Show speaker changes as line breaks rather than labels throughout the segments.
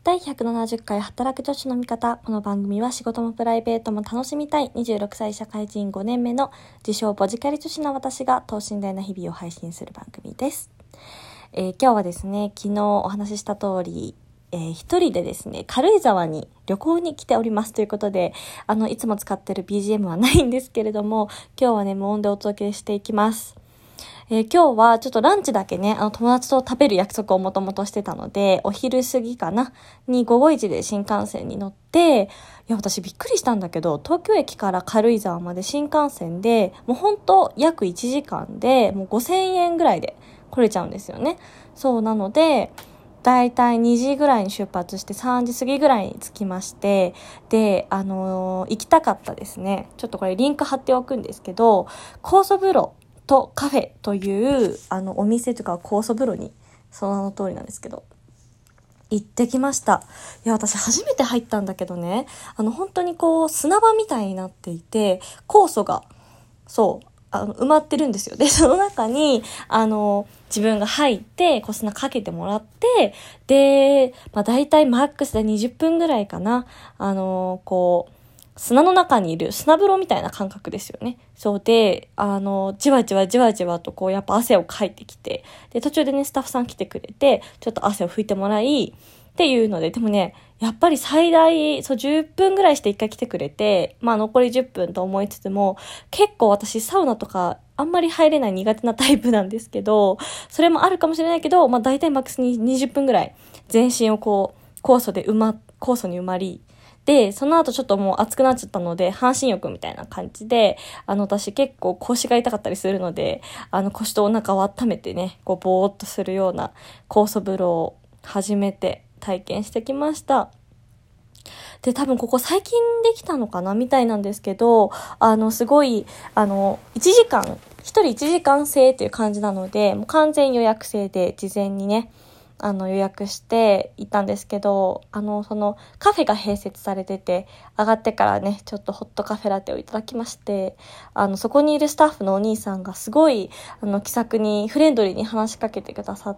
第170回働く女子の味方。この番組は仕事もプライベートも楽しみたい26歳社会人5年目の自称ボジカリ女子の私が等身大な日々を配信する番組です。今日はですね、昨日お話しした通り、一人でですね、軽井沢に旅行に来ておりますということで、いつも使ってる BGM はないんですけれども、今日はね、無音でお届けしていきます。今日はちょっとランチだけね、友達と食べる約束をもともとしてたので、お昼過ぎかなに午後1で新幹線に乗って、いや、私びっくりしたんだけど、東京駅から軽井沢まで新幹線で、もうほんと約1時間で、もう5000円ぐらいで来れちゃうんですよね。そうなので、だいたい2時ぐらいに出発して3時過ぎぐらいに着きまして、で、行きたかったですね。ちょっとこれリンク貼っておくんですけど、酵素風呂とカフェというお店とか酵素風呂にその名の通りなんですけど行ってきました。いや、私初めて入ったんだけどね、本当にこう砂場みたいになっていて、酵素がそう埋まってるんですよ。で、その中に自分が入ってこう砂かけてもらって、で、だいたいマックスで20分ぐらいかな、こう砂の中にいる砂風呂みたいな感覚ですよね。そうで、じわじわじわじわとこうやっぱ汗をかいてきて、で、途中でね、スタッフさん来てくれて、ちょっと汗を拭いてもらい、っていうので、でもね、やっぱり最大、10分ぐらいして一回来てくれて、残り10分と思いつつも、結構私サウナとかあんまり入れない苦手なタイプなんですけど、それもあるかもしれないけど、だいたいマックスに20分ぐらい、全身をこう、酵素に埋まり、で、その後ちょっともう暑くなっちゃったので、半身浴みたいな感じで、私結構腰が痛かったりするので、腰とお腹を温めてね、こう、ぼーっとするような酵素風呂を初めて体験してきました。で、多分ここ最近できたのかなみたいなんですけど、すごい、1時間、1人1時間制っていう感じなので、もう完全予約制で事前にね、予約して行ったんですけど、そのカフェが併設されてて、上がってからね、ちょっとホットカフェラテをいただきまして、そこにいるスタッフのお兄さんがすごい、気さくにフレンドリーに話しかけてくださって、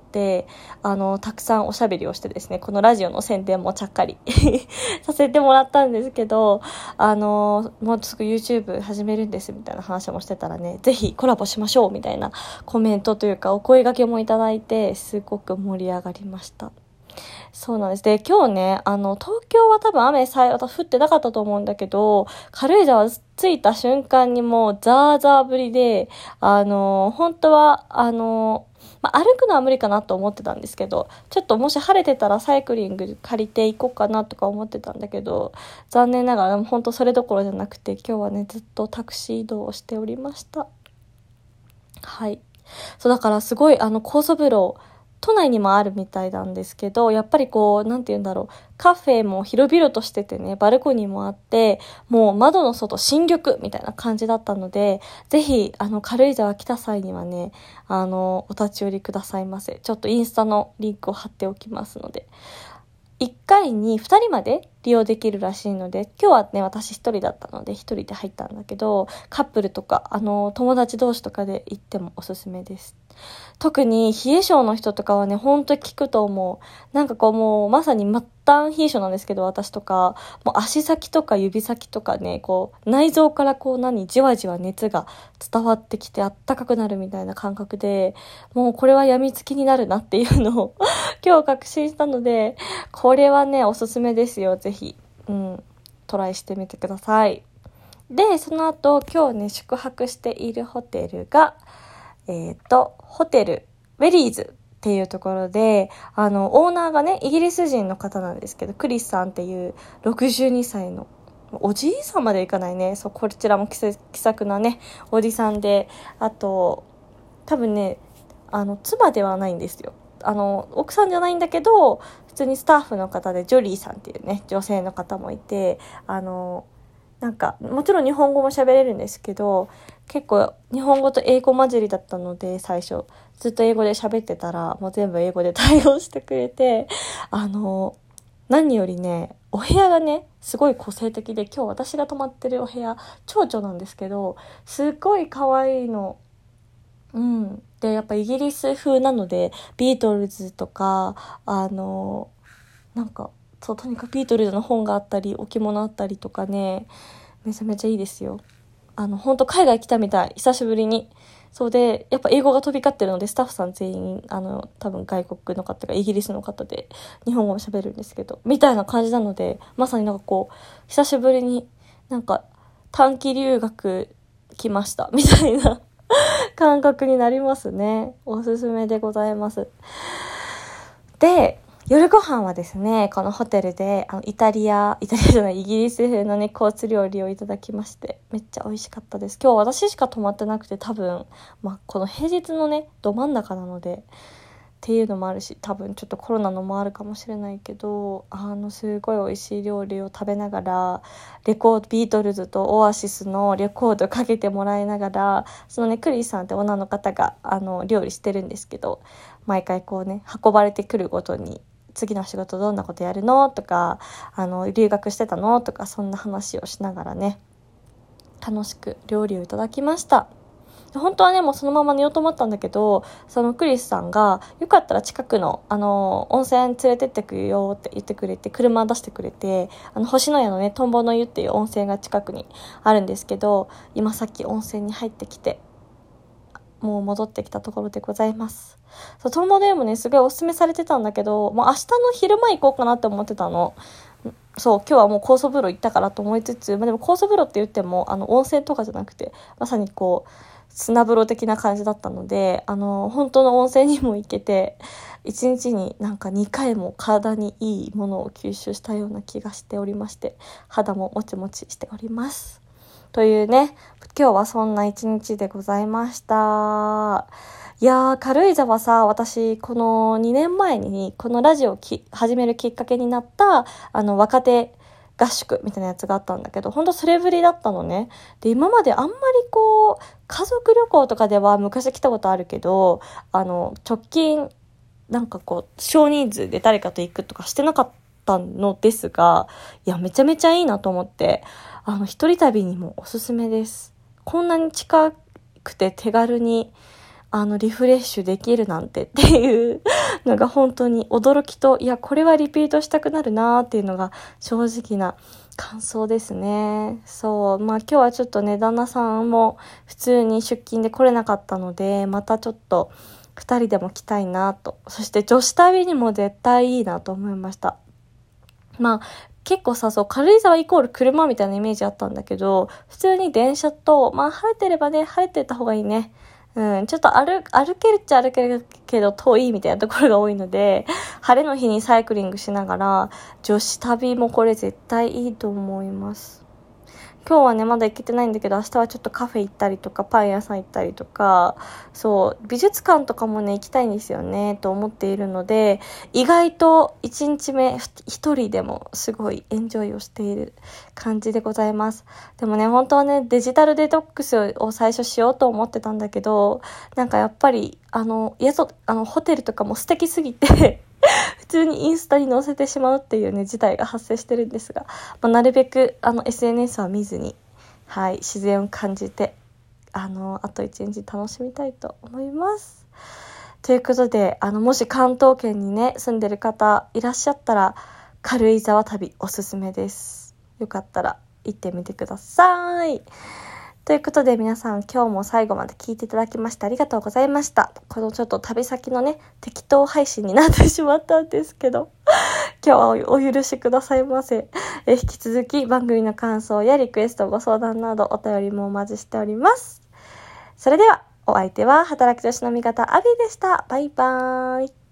たくさんおしゃべりをしてですね、このラジオの宣伝もちゃっかりさせてもらったんですけど、もうすぐ YouTube 始めるんですみたいな話もしてたらね、ぜひコラボしましょうみたいなコメントというかお声掛けもいただいて、すごく盛り上がりました。そうなんです。で、今日ね、東京は多分雨降ってなかったと思うんだけど、軽井沢着いた瞬間にもうザーザー降りで、本当は、歩くのは無理かなと思ってたんですけど、ちょっともし晴れてたらサイクリング借りていこうかなとか思ってたんだけど、残念ながら本当それどころじゃなくて、今日はね、ずっとタクシー移動をしておりました。はい。そう、だからすごい、高速風呂、都内にもあるみたいなんですけど、やっぱりこう、なんて言うんだろう、カフェも広々としててね、バルコニーもあって、もう窓の外新緑みたいな感じだったので、ぜひ、軽井沢来た際にはね、お立ち寄りくださいませ。ちょっとインスタのリンクを貼っておきますので。1回に2人まで利用できるらしいので、今日はね、私1人だったので1人で入ったんだけど、カップルとか、友達同士とかで行ってもおすすめです。特に冷え性の人とかはね、ほんと効くと思う。なんかこうもうまさに末端冷え性なんですけど、私とか、もう足先とか指先とかね、こう内臓からこうじわじわ熱が伝わってきてあったかくなるみたいな感覚で、もうこれは病みつきになるなっていうのを今日確信したので、これはね、おすすめですよ、ぜひ。トライしてみてください。で、その後、今日ね、宿泊しているホテルが、ホテル、ウェリーズっていうところで、オーナーがね、イギリス人の方なんですけど、クリスさんっていう62歳の、おじいさんまでいかないね、そう、こちらも気さくなね、おじさんで、あと、多分ね、妻ではないんですよ。奥さんじゃないんだけど、普通にスタッフの方でジョリーさんっていうね、女性の方もいて、なんか、もちろん日本語も喋れるんですけど、結構日本語と英語混じりだったので、最初、ずっと英語で喋ってたら、もう全部英語で対応してくれて、何よりね、お部屋がね、すごい個性的で、今日私が泊まってるお部屋、蝶々なんですけど、すっごい可愛いの。で、やっぱイギリス風なので、ビートルズとか、なんか、 そう、とにかくビートルズの本があったり、置物あったりとかね、めちゃめちゃいいですよ。ほんと海外来たみたい、久しぶりに。そうで、やっぱ英語が飛び交ってるので、スタッフさん全員、多分外国の方がイギリスの方で、日本語も喋るんですけど、みたいな感じなので、まさになんかこう、久しぶりになんか短期留学来ました、みたいな感覚になりますね。おすすめでございます。で、夜ご飯はですね、このホテルで、イギリス風のね、コース料理をいただきまして、めっちゃ美味しかったです。今日私しか泊まってなくて、多分、この平日のね、ど真ん中なので、っていうのもあるし、多分ちょっとコロナのもあるかもしれないけど、すごい美味しい料理を食べながら、ビートルズとオアシスのレコードかけてもらいながら、そのね、クリスさんって女の方が、料理してるんですけど、毎回こうね、運ばれてくるごとに、次の仕事どんなことやるのとか、留学してたのとか、そんな話をしながらね、楽しく料理をいただきました。本当はね、もうそのまま寝ようと思ったんだけど、そのクリスさんが、よかったら近くの、温泉連れてってくよって言ってくれて、車出してくれて、星のやのね、トンボの湯っていう温泉が近くにあるんですけど、今さっき温泉に入ってきて、もう戻ってきたところでございます。そう、トンボの湯もね、すごいおすすめされてたんだけど、もう明日の昼間行こうかなって思ってたの。そう、今日はもう酵素風呂行ったからと思いつつ、でも酵素風呂って言っても、温泉とかじゃなくて、まさにこう、砂風呂的な感じだったので、本当の温泉にも行けて、1日になんか2回も体にいいものを吸収したような気がしておりまして、肌ももちもちしております。というね、今日はそんな一日でございました。いやー、軽井沢さ、私、この2年前に、このラジオを始めるきっかけになった、若手合宿みたいなやつがあったんだけど、ほんとそれぶりだったのね。で、今まであんまりこう、家族旅行とかでは昔来たことあるけど、直近、なんかこう、少人数で誰かと行くとかしてなかったのですが、いや、めちゃめちゃいいなと思って、一人旅にもおすすめです。こんなに近くて手軽に、リフレッシュできるなんてっていうのが本当に驚きと、いや、これはリピートしたくなるなーっていうのが正直な感想ですね。そう。今日はちょっとね、旦那さんも普通に出勤で来れなかったので、またちょっと2人でも来たいなと。そして女子旅にも絶対いいなと思いました。結構さ、そう、軽井沢イコール車みたいなイメージあったんだけど、普通に電車と、晴れてればね、晴れてた方がいいね。ちょっと歩けるっちゃ歩けるけど遠いみたいなところが多いので、晴れの日にサイクリングしながら、女子旅もこれ絶対いいと思います。今日はね、まだ行けてないんだけど、明日はちょっとカフェ行ったりとか、パン屋さん行ったりとか、そう、美術館とかもね、行きたいんですよね、と思っているので、意外と1日目、一人でもすごいエンジョイをしている感じでございます。でもね、本当はね、デジタルデトックスを最初しようと思ってたんだけど、なんかやっぱり、ホテルとかも素敵すぎて、普通にインスタに載せてしまうっていうね、事態が発生してるんですが、なるべくSNS は見ずに、はい、自然を感じて、あと一日楽しみたいと思います。ということで、もし関東圏にね、住んでる方いらっしゃったら、軽井沢旅おすすめです。よかったら行ってみてください。ということで皆さん今日も最後まで聞いていただきましてありがとうございました。このちょっと旅先のね、適当配信になってしまったんですけど、今日はお許しくださいませ。引き続き番組の感想やリクエスト、ご相談などお便りもお待ちしております。それではお相手は働き女子の味方アビーでした。バイバーイ。